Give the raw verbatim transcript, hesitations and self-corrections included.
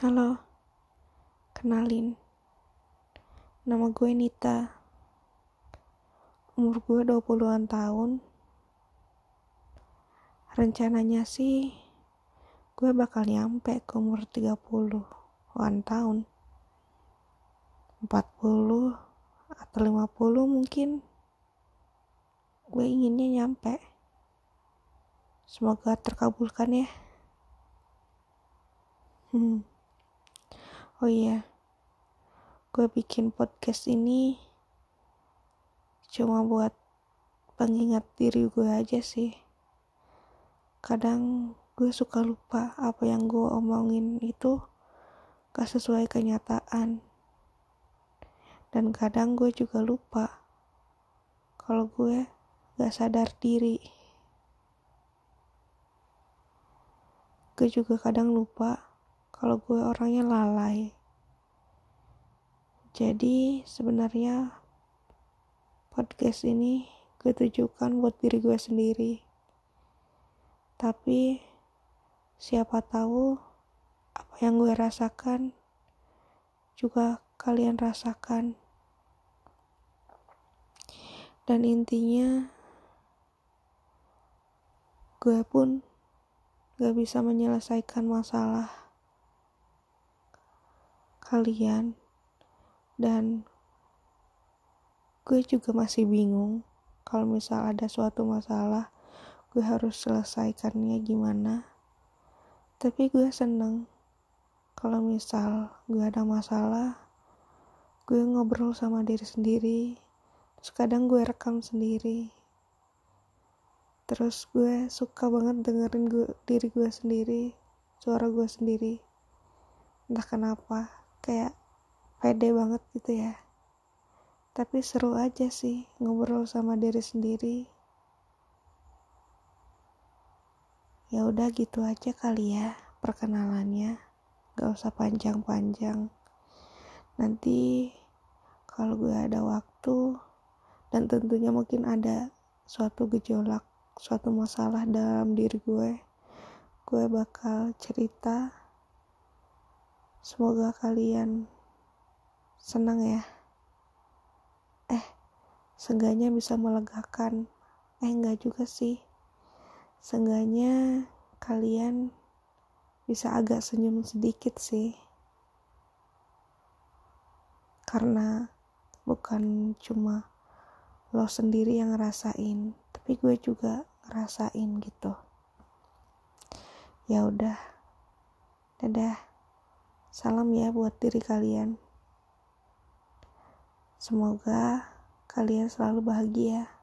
Halo, kenalin. Nama gue Nita. Umur gue dua puluhan tahun. Rencananya sih gue bakal nyampe ke umur tiga puluhan tahun. empat puluh atau lima puluh mungkin. Gue inginnya nyampe. Semoga terkabulkan ya. Hmm. Oh iya. Gue bikin podcast ini cuma buat pengingat diri gue aja sih. Kadang gue suka lupa apa yang gue omongin itu gak sesuai kenyataan. Dan kadang gue juga lupa kalau gue gak sadar diri. Gue juga kadang lupa kalau gue orangnya lalai. Jadi sebenarnya podcast ini gue tujukan buat diri gue sendiri. Tapi siapa tahu apa yang gue rasakan juga kalian rasakan. Dan intinya gue pun gak bisa menyelesaikan masalah kalian. Dan gue juga masih bingung kalau misal ada suatu masalah gue harus selesaikannya gimana. Tapi gue seneng kalau misal gue ada masalah gue ngobrol sama diri sendiri. Terus kadang gue rekam sendiri. Terus gue suka banget dengerin gue, diri gue sendiri, suara gue sendiri. Entah kenapa, kayak pede banget gitu ya. Tapi seru aja sih ngobrol sama diri sendiri. Ya udah gitu aja kali ya perkenalannya. Gak usah panjang-panjang. Nanti kalau gue ada waktu dan tentunya mungkin ada suatu gejolak, suatu masalah dalam diri gue, gue bakal cerita. Semoga kalian senang ya. Eh, seenggaknya bisa melegakan. Eh, enggak juga sih. Seenggaknya kalian bisa agak senyum sedikit sih. Karena bukan cuma lo sendiri yang ngerasain, tapi gue juga ngerasain gitu. Ya udah. Dadah. Salam ya buat diri kalian. Semoga kalian selalu bahagia.